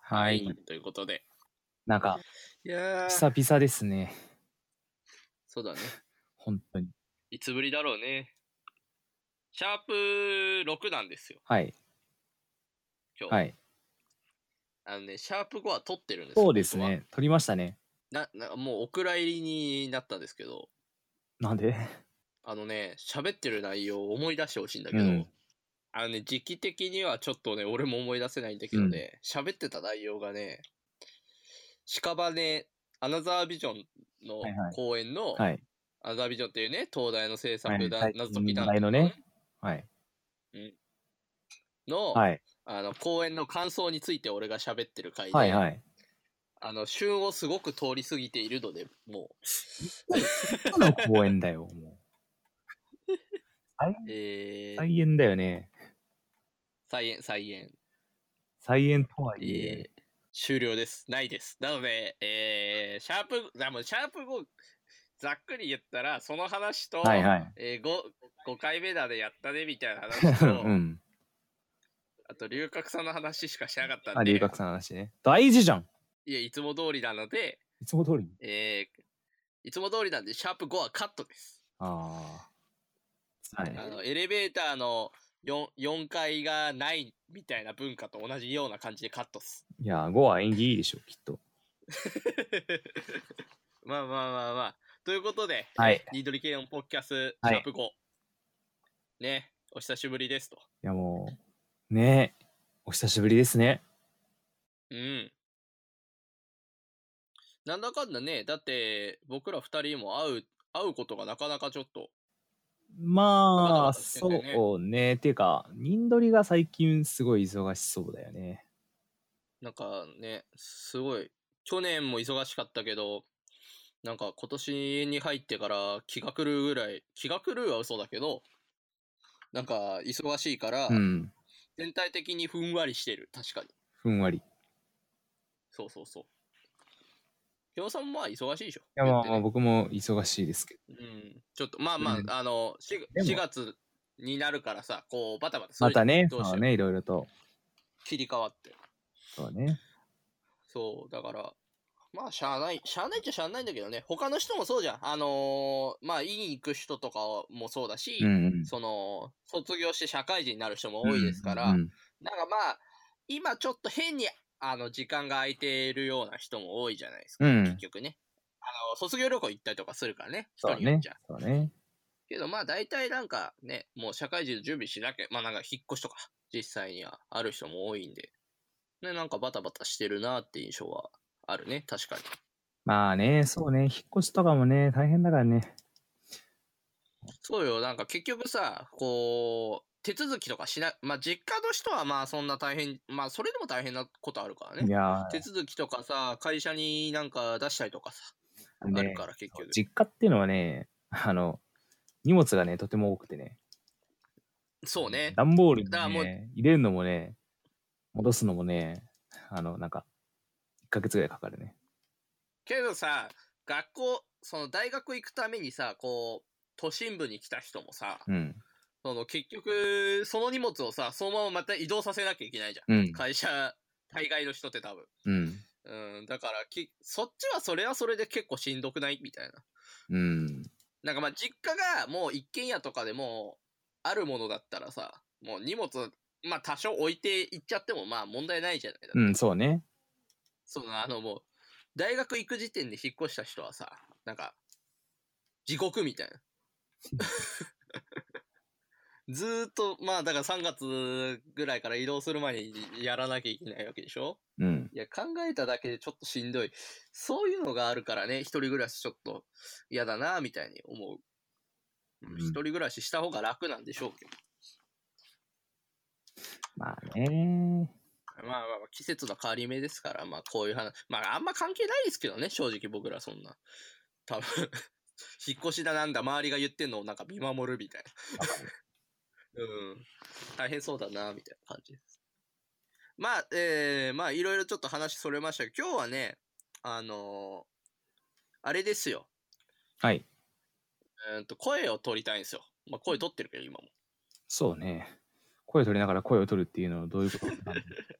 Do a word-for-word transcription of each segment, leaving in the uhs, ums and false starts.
ははい、 い。 ということで。 なんか、 いやー、 久々ですね。 そうだね。 本当に。 いつぶりだろうね。シャープろくなんですよ、 はい。 今日。 はい。 あのね、シャープごは撮ってるんですよ、 そうです本当は。 ね。撮りましたね。 な、な、もうお蔵入りになったんですけど、 なんであのね、喋ってる内容を思い出してほしいんだけど、 うん。 あのね、時期的にはちょっとね、俺も思い出せないんだけどね、喋、ってた内容がね、屍、アナザービジョンのはいはい。 公演の、 はい。 アナザービジョンっていうね、東大の制はい。 作だ、 最謎解き近話団体のね、 題のね。はい。 うんの、 はい。 あの、公演の感想について俺が喋ってる回で、 はいはい。 あの、旬をすごく通り過ぎているので、もいつの公演だよ、もう。再う、えー、 再演だよね。 再演、再演、 再演とはいえー、 え。 終了です。ないです。なので、えー、シャープ、あもうシャープご、ざっくり言ったら、その話と、 はいはい。 えー、ご、ごかいめだでやったねみたいな話と、 うん。 あと、龍角さんの話しかしなかったあ、 んで、 龍角さんの話ね。大事じゃん。 いや、いつも通りなので、 いつも通り。 えー、いつも通りなんで、シャープごはカットです。 ああ。はい。 あの、エレベーターの 4, よんかいがないみたいな文化と同じような感じでカットっす。 いや、ごは演技いいでしょ、きっと。 まあまあまあまあ。ということで、 はいえニードリケオンポッキャスはいシャープご。ね、お久しぶりですと。 いやもう、ねえ、お久しぶりですね。 うん。なんだかんだね、だって僕ら二人も会う、会うことがなかなかちょっとなかなまあ、 かしてんだよね。 そうね。ていうか、ニンドリが最近すごい忙しそうだよね。 なんかね、すごい、去年も忙しかったけど、なんか今年に入ってから気が狂うぐらい、気が狂うは嘘だけど、なんか忙しいから、 うん。 全体的にふんわりしてる。確かに。 ふんわり。いそうそうそう。きょうさんもまあ忙しいでしょ。 やまあまあ言ってね。 僕も忙しいですけど。 うん。ちょっと、まあまあ、 うん、 あの、 で 4, も、 月になるからさ、こう、バタバタするじゃん。 またね、 どうしても。 そうね、いろいろと。 切り替わって。 そうね。 そう、だから、まあ、しゃあない、しゃあないっちゃしゃあないんだけどね。他の人もそうじゃん。あのーまあ、院行く人とかもそうだし、 うんうん。 その、卒業して社会人になる人もうん多いですかうんうら、 ん。 なんかまあ、今ちょっと変に、あの、時間が空いているような人も多いじゃないですか。 うん結局ね。あの、卒業旅行行ったりとかするからね。 そうね。 人によっちゃ。 そうね。 けどまあ大体なんかね、もう社会人の準備しなきゃ、まあなんか引っ越しとか、実際にはある人も多いんで、ね、なんかバタバタしてるなって印象はあるね、確かに。 まあね、そうね、引っ越しとかもね、大変だからね。 そうよ、なんか結局さ、こう、手続きとかしな、まあ実家の人はまあそんな大変、まあそれでも大変なことあるからね。 いや手続きとかさ、会社になんか出したりとかさ、 ー、ね、 あるから結局。 実家っていうのはね、あの、荷物がね、とても多くてね。 そうね。 段ボールにだからもう、 ね、入れるのもね、戻すのもね、あの、なんか、いっかげつぐらいかかるね。 けどさ、学校、その大学行くためにさ、こう、都心部に来た人もさ、 うん。 その結局、その荷物をさ、そのまままた移動させなきゃいけないじゃん。 うん。 会社、大概の人って多分。 うん。 うん、だからき、そっちはそれはそれで結構しんどくないみたいな。 うん。 なんかまあ、実家がもう一軒家とかでも、あるものだったらさ、もう荷物、まあ多少置いていっちゃってもまあ問題ないじゃない。だってうん、そうね。 そのあのもう、大学行く時点で引っ越した人はさ、なんか、地獄みたいな。ずーっと、まあだからさんがつぐらいから移動する前にやらなきゃいけないわけでしょ。 うん。 いや、考えただけでちょっとしんどい。そういうのがあるからね、一人暮らしちょっと嫌だな、みたいに思う。うん、一人暮らしした方が楽なんでしょうけど。 まあね。 まあまあまあ、季節の変わり目ですから、まあこういう話、まああんま関係ないですけどね、正直僕らそんな。多分引っ越しだなんだ、周りが言ってんのをなんか見守るみたいな。うん。大変そうだな、みたいな感じです。まあ、えー、まあ、いろいろちょっと話それましたけど、今日はね、あのー、あれですよ。 はい。 えー、と声を取りたいんですよ。まあ、声取ってるけど、今も。 そうね。声取りながら声を取るっていうのはどういうことなんだ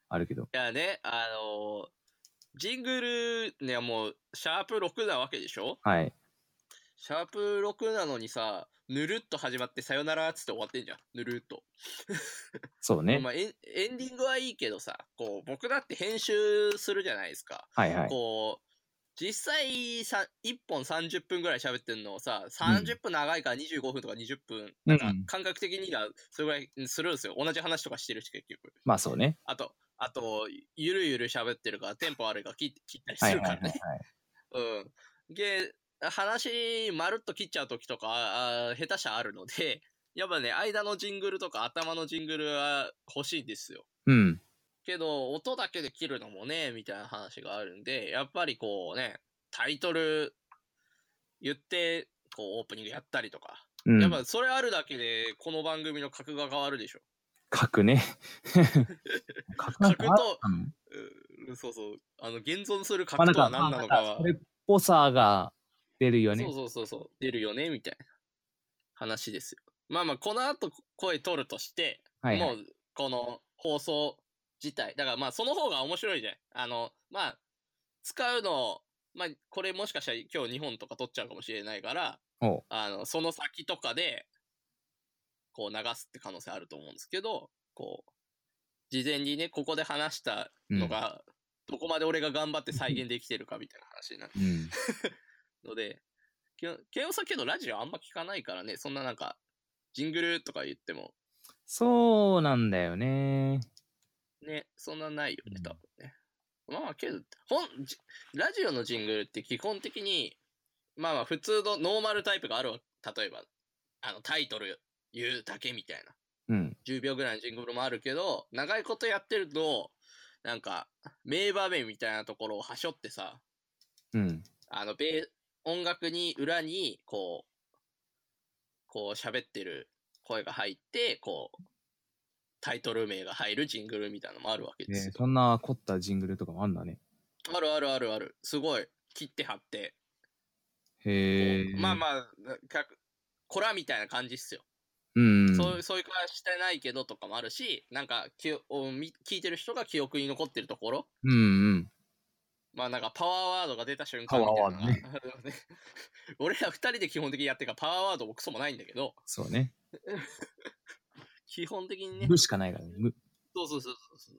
あるけど。 いやね、あのー、ジングルね、もう、シャープろくなわけでしょ？ はい。 シャープろくなのにさ、ぬるっと始まってさよならっつって終わってんじゃん。ぬるっと。 そうね。 まあ、エンエンディングはいいけどさ、こう、僕だって編集するじゃないですか。 はいはい。 こう、実際さ、いっぽんさんじゅっぷんぐらい喋ってんのをさ、 うんさんじゅっぷん長いからにじゅうごふんとかにじゅっぷん、なんか感覚的にはそれぐらいするんですよ。同じ話とかしてるし、結局。 まあそうね。 あと、あと、ゆるゆる喋ってるからテンポ悪いから切切ったりはいはいするからね。 はいはい。 うん。で、話、まるっと切っちゃうときとか、あー下手したらあるので、やっぱね、間のジングルとか頭のジングルは欲しいんですよ。 うん。 けど、音だけで切るのもね、みたいな話があるんで、やっぱりこうね、タイトル言って、こう、オープニングやったりとか。 うん。 やっぱそれあるだけで、この番組の格が変わるでしょ。 格ね。格なんてあ格と、 あのうんそうそう、あの、現存するまあなんか、 格とは何なのかは、 それっぽさが出るよね。 そうそうそうそう、出るよね、みたいな話ですよ。まあまあ、この後声取るとして、 はいはい。 もう、この放送自体、だからまあ、その方が面白いじゃん。あの、まあ、使うの、まあ、これもしかしたら今日日本とか撮っちゃうかもしれないから、 おう。 あの、その先とかで、こう流すって可能性あると思うんですけど、こう、事前にね、ここで話したのが、どこまで俺が頑張って再現できてるかみたいな話になる。 うん。 ので、ケンオさんけどラジオあんま聞かないからね、そんななんか、ジングルとか言っても。 そうなんだよね。 ね、そんなないよね、多分ね。まあまあけど、ほん、ラジオのジングルって基本的に、まあまあ普通のノーマルタイプがあるわ。例えば、あのタイトル言うだけみたいな。 うん。 じゅうびょうぐらいのジングルもあるけど、長いことやってると、なんか、名場面みたいなところをはしょってさ、 うん。 あの、ベ音楽に、裏に、こう、こう喋ってる声が入って、こう、タイトル名が入るジングルみたいなのもあるわけですよ。 そんな凝ったジングルとかもあんだね。 あるあるあるある。すごい、切って貼って、 へえ。 まあまあ、コラみたいな感じっすよ。 うん。 そういう、そういう顔してないけどとかもあるし、なんか、きお聞いてる人が記憶に残ってるところ。 うんうん。 まあなんかパワーワードが出た瞬間みたいなのが、 パワーワードね、俺ら二人で基本的にやってるからパワーワードもクソもないんだけど、 そうね。 基本的にね。 無しかないからね。無。 そうそうそうそうそう。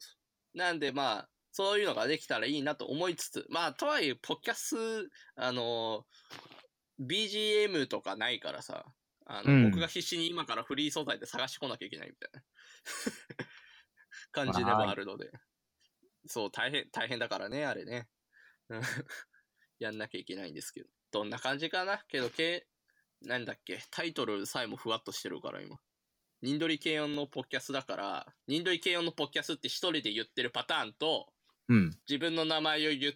なんでまあ、そういうのができたらいいなと思いつつ、まあとはいえ、ポッキャス、あのー、ビージーエム とかないからさ、あの、うん、僕が必死に今からフリー素材で探してこなきゃいけないみたいな感じでもあるので。そう、大変、大変だからね、あれね。やんなきゃいけないんですけど。どんな感じかなけど、け、なんだっけ、タイトルさえもふわっとしてるから今。ニンドリ軽音のポッキャスだから、ニンドリ軽音のポッキャスって一人で言ってるパターンと、 うん、 自分の名前を言って、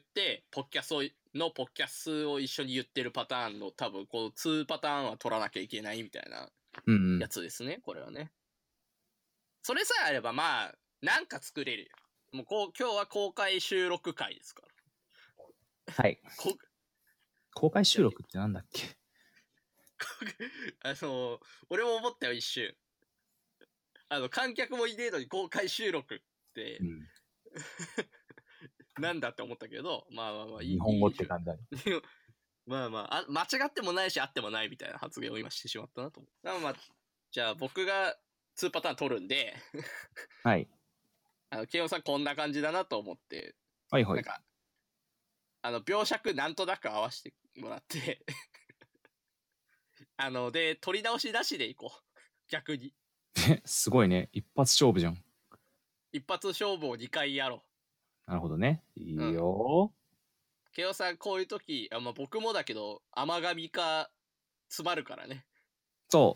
ポッキャスをのポッキャスを一緒に言ってるパターンの多分、こう、にパターンは取らなきゃいけないみたいなやつですね、うんうん、これはね。それさえあれば、まあ、なんか作れるよ。もうこう、今日は公開収録会ですから。 はい。公開収録ってなんだっけあの、俺も思ったよ、一瞬。あの、観客もいねえのに公開収録って、うん、なんだって思ったけど、まあまあまあいい。 日本語って感じだね。 まあまああ、間違ってもないし、あってもないみたいな発言を今してしまったなと思う。まあまあ、じゃあ僕がにパターン取るんで、 はい。 あの、ケンオさんこんな感じだなと思って、 はいはい。 なんか、あの、描写なんとなく合わせてもらって、あの、で、取り直しなしでいこう。逆に。 すごいね。一発勝負じゃん。 一発勝負をにかいやろう。なるほどね。いいよ。 ケンオさん、こういう時、あまあ、僕もだけど、甘噛みか、詰まるからね。 そう。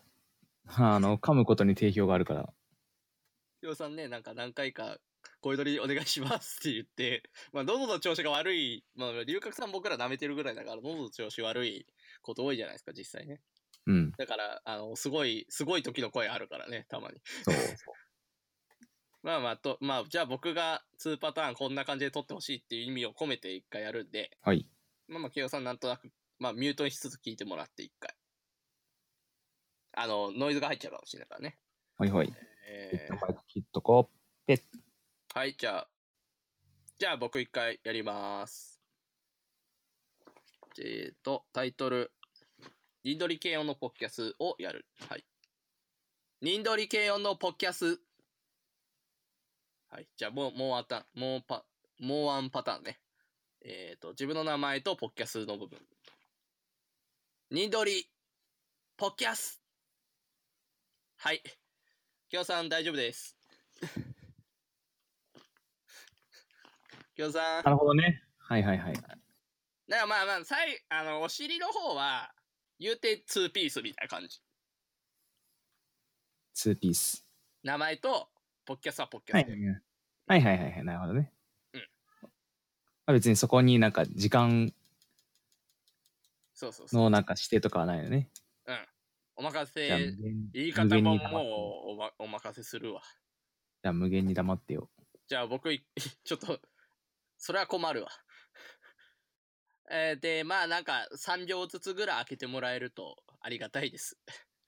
あの、噛むことに定評があるから。 ケンオさんね、なんか何回か、声取りお願いしますって言って、まあ、喉の調子が悪い、まあ、龍角さん僕ら舐めてるぐらいだから、喉の調子悪いこと多いじゃないですか、実際ね。 うん。 だから、あの、すごい、すごい時の声あるからね、たまに。 そうそう。 まあまあ、と、まあ、じゃあ僕がにパターンこんな感じで撮ってほしいっていう意味を込めて一回やるんで、 はい。 まあまあ、ケイオさんなんとなく、まあ、ミュートにしつつ聞いてもらって一回。あの、ノイズが入っちゃうかもしれないからね。 はいはい。えー、マイク切っとこう。ペッ。 はい、じゃあ、 じゃあ僕一回やります。えーと、タイトル、ニンドリ軽音のポッキャスをやる。はい。ニンドリ軽音のポッキャス。はい。じゃあもう、もうあた、もうパ、もうワンパターンね。えーと、自分の名前とポッキャスの部分。ニンドリ、ポッキャス。はい。きょうさん大丈夫です。きょうさん。 なるほどね。はいはいはい。 だからまあまあ、さいあの、お尻の方は、言うてツーピースみたいな感じ。 ツーピース。 名前と、ポッキャスはポッキャスで。 はいはいはいはいはい。なるほどね。 うん。 まあ、別にそこになんか時間そうそうそう。 のなんか指定とかはないよね。 うん。お任じゃあせ無限、 言い無限方ももに黙ってよ。 うお,、ま、お任せするわ。 じゃあ無限に黙ってよ。 じゃあ僕い、ちょっと、それは困るわ。えー、で、まあなんかさんびょうずつぐらい開けてもらえるとありがたいです。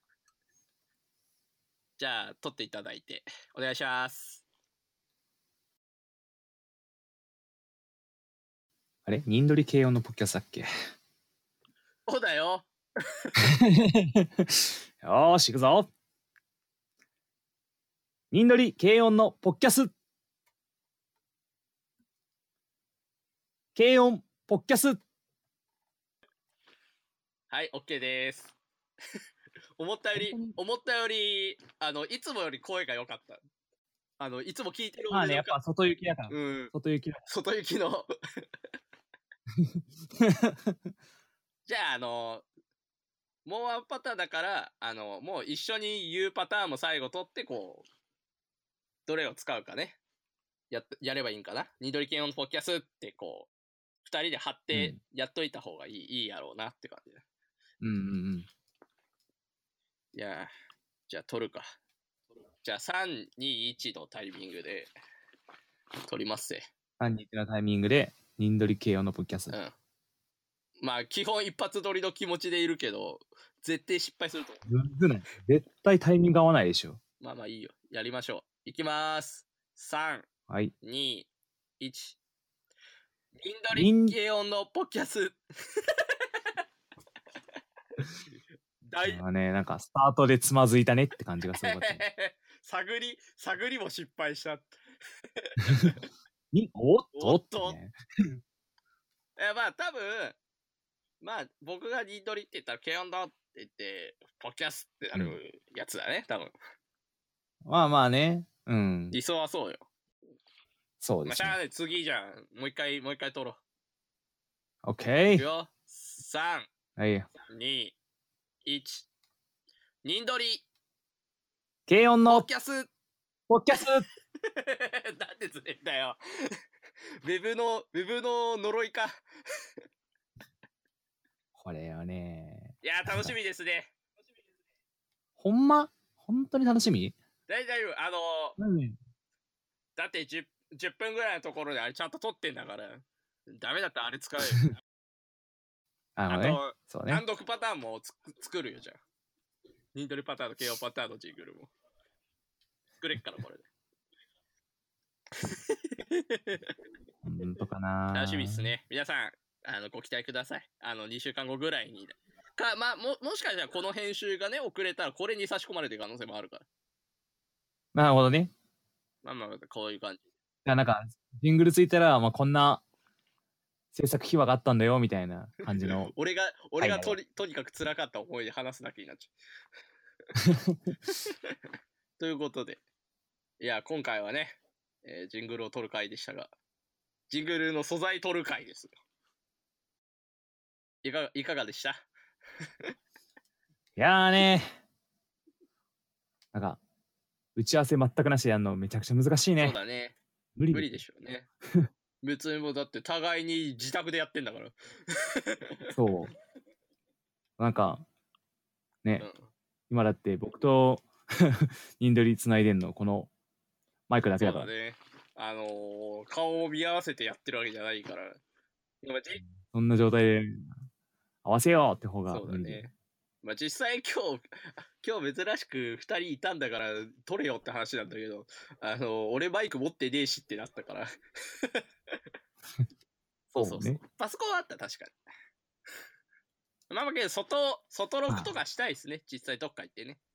じゃあ、取っていただいて、お願いします。 あれニンドリ軽音のポッキャスだっけ？ そうだよ。 よーし、行くぞ。ニンドリ軽音のポッキャス。軽音ポッキャス。 はい、OK です。思ったより、思ったより、あの、いつもより声が良かった。あの、いつも聞いてるまあね、やっぱ外行きだから。 うん。 外行きだ。 外行きの。じゃあ、あの、もうワンパターンだから、あの、もう一緒に言うパターンも最後取って、こう、どれを使うかね。やっ、やればいいんかな。ニドリケンオンポッキャスってこう、二人で貼ってやっといた方がいい、うん、いいやろうなって感じで。 うんうんうん。 いや、じゃあ取るか。じゃあさん、に、いちのタイミングで取りますぜ。 さん、に、いちのタイミングで、ニンドリ軽音のポッキャス。 うん。まあ、基本一発撮りの気持ちでいるけど、絶対失敗すると思う。ずない。絶対タイミング合わないでしょ。 まあまあいいよ。やりましょう。いきまーす。さん、 はい、 に、いち。ニンドリ軽音のポッキャス。 まあね、なんかスタートでつまずいたねって感じがすごかった。 探り、探りも失敗した。 におっとおっと、ね、えまあ多分、まあ僕がニンドリって言ったら軽音だって言って、ポッキャスってなるやつだね、うん、多分。 まあまあね。うん。 理想はそうよ。 そうです、ね。 まあしゃあね、次じゃん。もう一回、もう一回撮ろう。オッケー。いくよ。さん、 はい、 に、いち。ニンドリ。 軽音のポッキャス。 ポッキャス。 なんでずれんだよ。ウェブの、ウェブの呪いか。 これはね。 いや、楽しみですね。 ほんま本当に楽しみ？ 大丈夫。あの、うん、だって 10, じゅっぷんぐらいのところであれちゃんと撮ってんだから、ダメだったらあれ使える。 あの、ね、あと、ね、単独パターンもつ作るよ、じゃあ。ニンドリパターンと ケーオー パターンのジングルも。作れっから、これで。 本当かな。 楽しみですね。皆さん、あの、ご期待ください。あの、にしゅうかんごぐらいに。か、まあ、も、もしかしたらこの編集がね、遅れたらこれに差し込まれてる可能性もあるから。 なるほどね。 まあまあ、こういう感じ。 いや、なんか、ジングルついたら、まあ、こんな制作秘話があったんだよ、みたいな感じの。 俺が、俺がとに、とにかく辛かった思いで話すだけになっちゃう。ということで。いや、今回はね、えー、ジングルを撮る回でしたが、ジングルの素材撮る回です。いかが、いかがでした？ いやーねなんか、打ち合わせ全くなしでやるのめちゃくちゃ難しいね。 そうだね。 無理無理でしょうね。別にもうだって互いに自宅でやってんだから。 そう。なんか、ね、うん、今だって僕とニンドリ繋いでんの、このマイクだけだから。 そうだね。あのー、顔を見合わせてやってるわけじゃないから。 そんな状態で合わせようって方がそうだね。 まあ実際今日、今日珍しくふたりいたんだから取れよって話なんだけど、あの、俺バイク持ってねえしってなったから。そうそうそう。 ね、 パソコンはあった確かに。まあまあけど、外、外録とかしたいですね。実際どっか行ってね。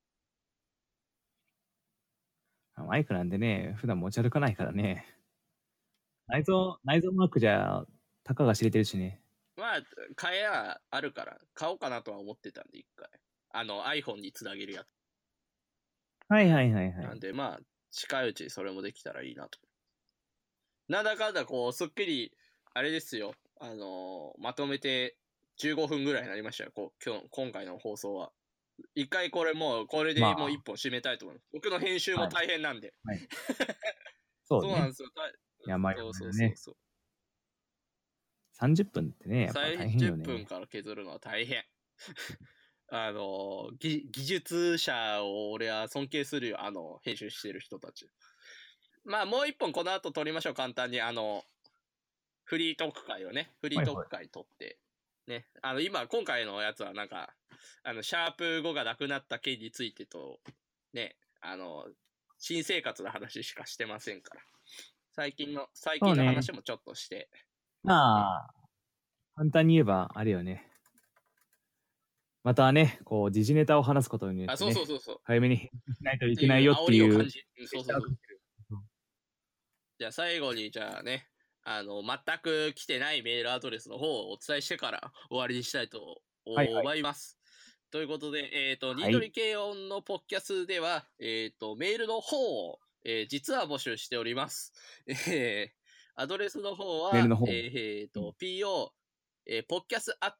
マイクなんでね、普段持ち歩かないからね。内蔵、内蔵マークじゃ、たかが知れてるしね。 まあ、買えやあるから、買おうかなとは思ってたんで、一回。あの、iPhone につなげるやつ。 はいはいはいはい。 なんで、まあ、近いうちにそれもできたらいいなと。なんだかんだ、こう、すっきり、あれですよ。あのーまとめてじゅうごふんぐらいになりましたよ。こう今日、今回の放送は。一回これもう、これでもう一本締めたいと思います。僕の編集も大変なんで。 はいはい、そうね。 そうなんですよ。 いや、まあ、 そうそうね、 そう。 さんじゅっぷんってね、やっぱ大変よね。 さんじゅっぷんから削るのは大変。あの技、技術者を俺は尊敬するよ。あの、編集してる人たち。まあ、もう一本この後撮りましょう。簡単に。あの、フリートーク会をね、フリートーク会撮って。はいはい、ね。あの、今、今回のやつはなんか、あの、シャープごがなくなった件についてと、ね、あの、新生活の話しかしてませんから。最近の、最近の話もちょっとして。ね、 まあ、簡単に言えば、あれよね。またね、こう、時事ネタを話すことによって、ね、 あ、そうそうそうそう。 早めにしないといけないよっていう。 煽りを感じ。そうそうそう。じゃあ最後に、じゃあね、あの、全く来てないメールアドレスの方をお伝えしてから終わりにしたいと思います。はいはい、ということで、えっ、ー、と、ニートリ軽音のポッキャスでは、えっ、ー、と、メールの方を、えー、実は募集しております。えー、アドレスの方は、 メールの方えっ、ー、と、うん、po、えー、podcast at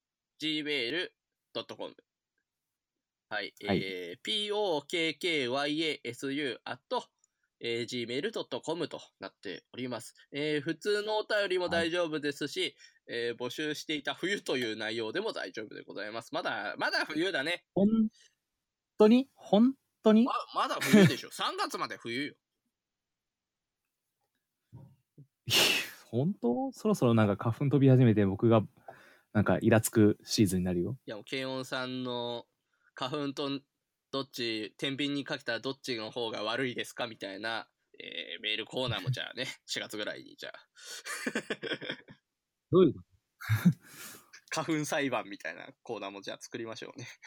gmail ドットコム。はい。はい、えー、pokkyasu at えー、gmail ドットコム となっております。えー、普通のお便りも大丈夫ですし、はい、えー、募集していた冬という内容でも大丈夫でございます。まだ、まだ冬だね。 本当に本当にま、まだ冬でしょ。さんがつまで冬よ。 本当そろそろなんか花粉飛び始めて僕がなんかイラつくシーズンになるよ。 いやもう軽音さんの花粉とどっち天秤にかけたらどっちの方が悪いですかみたいな、えー、メールコーナーもじゃあねしがつぐらいにじゃあどういうこと花粉裁判みたいなコーナーもじゃあ作りましょうね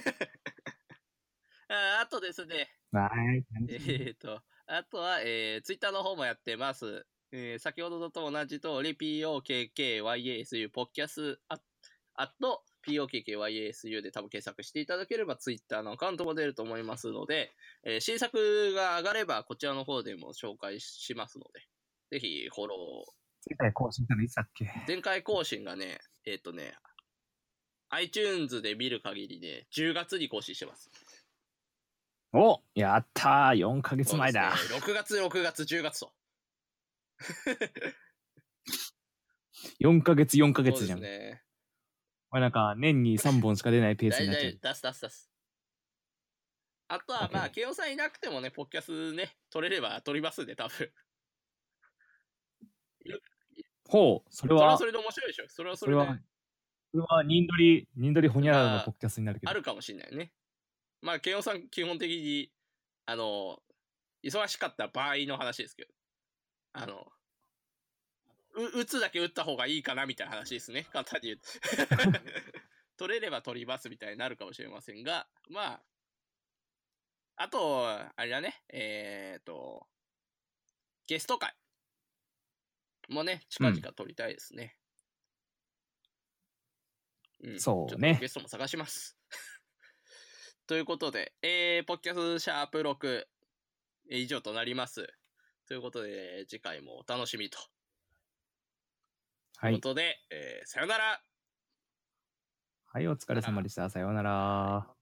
あ, あとですねはいえっとあとは、えー、ツイッターの方もやってます。えー、先ほどと同じ通り POKKYASU ポッキャスアット POKKYASU で多分検索していただければツイッターのアカウントも出ると思いますので、えー、新作が上がればこちらの方でも紹介しますので、ぜひフォロー。 前回更新したのいつだっけ？ 前回更新がね、えっとね、iTunes で見る限りね、じゅうがつに更新してます。 お、やったー、よんかげつまえだ。 ね、ろくがつ、ろくがつ、じゅうがつと。 よんかげつ、よんかげつじゃん。 そうですね。 まあなんか年にさんぼんしか出ないペースになっちゃう。 出す出す出す。あとはまあ、慶応さんいなくてもね、ポッキャスね、取れれば取りますんで、多分。 ほう、それは。 それはそれで面白いでしょ。それはそれで。それは、 それは、ニンドリ、ニンドリホニャララのポッキャスになるけど。 まあ、あるかもしれないね。まあ、慶応さん基本的に、あの、忙しかった場合の話ですけど、あの、う打つだけ打った方がいいかなみたいな話ですね。簡単に言うと。取れれば取りますみたいになるかもしれませんが、まあ、あと、あれだね、えっ、ー、と、ゲスト会もね、近々取りたいですね。うん、うん、そうね。ゲストも探します。ということで、えー、ポッキャスシャープろく以上となります。ということで、次回もお楽しみと。はい。ということで、えー、さよなら。 はい、お疲れ様でした。さようなら。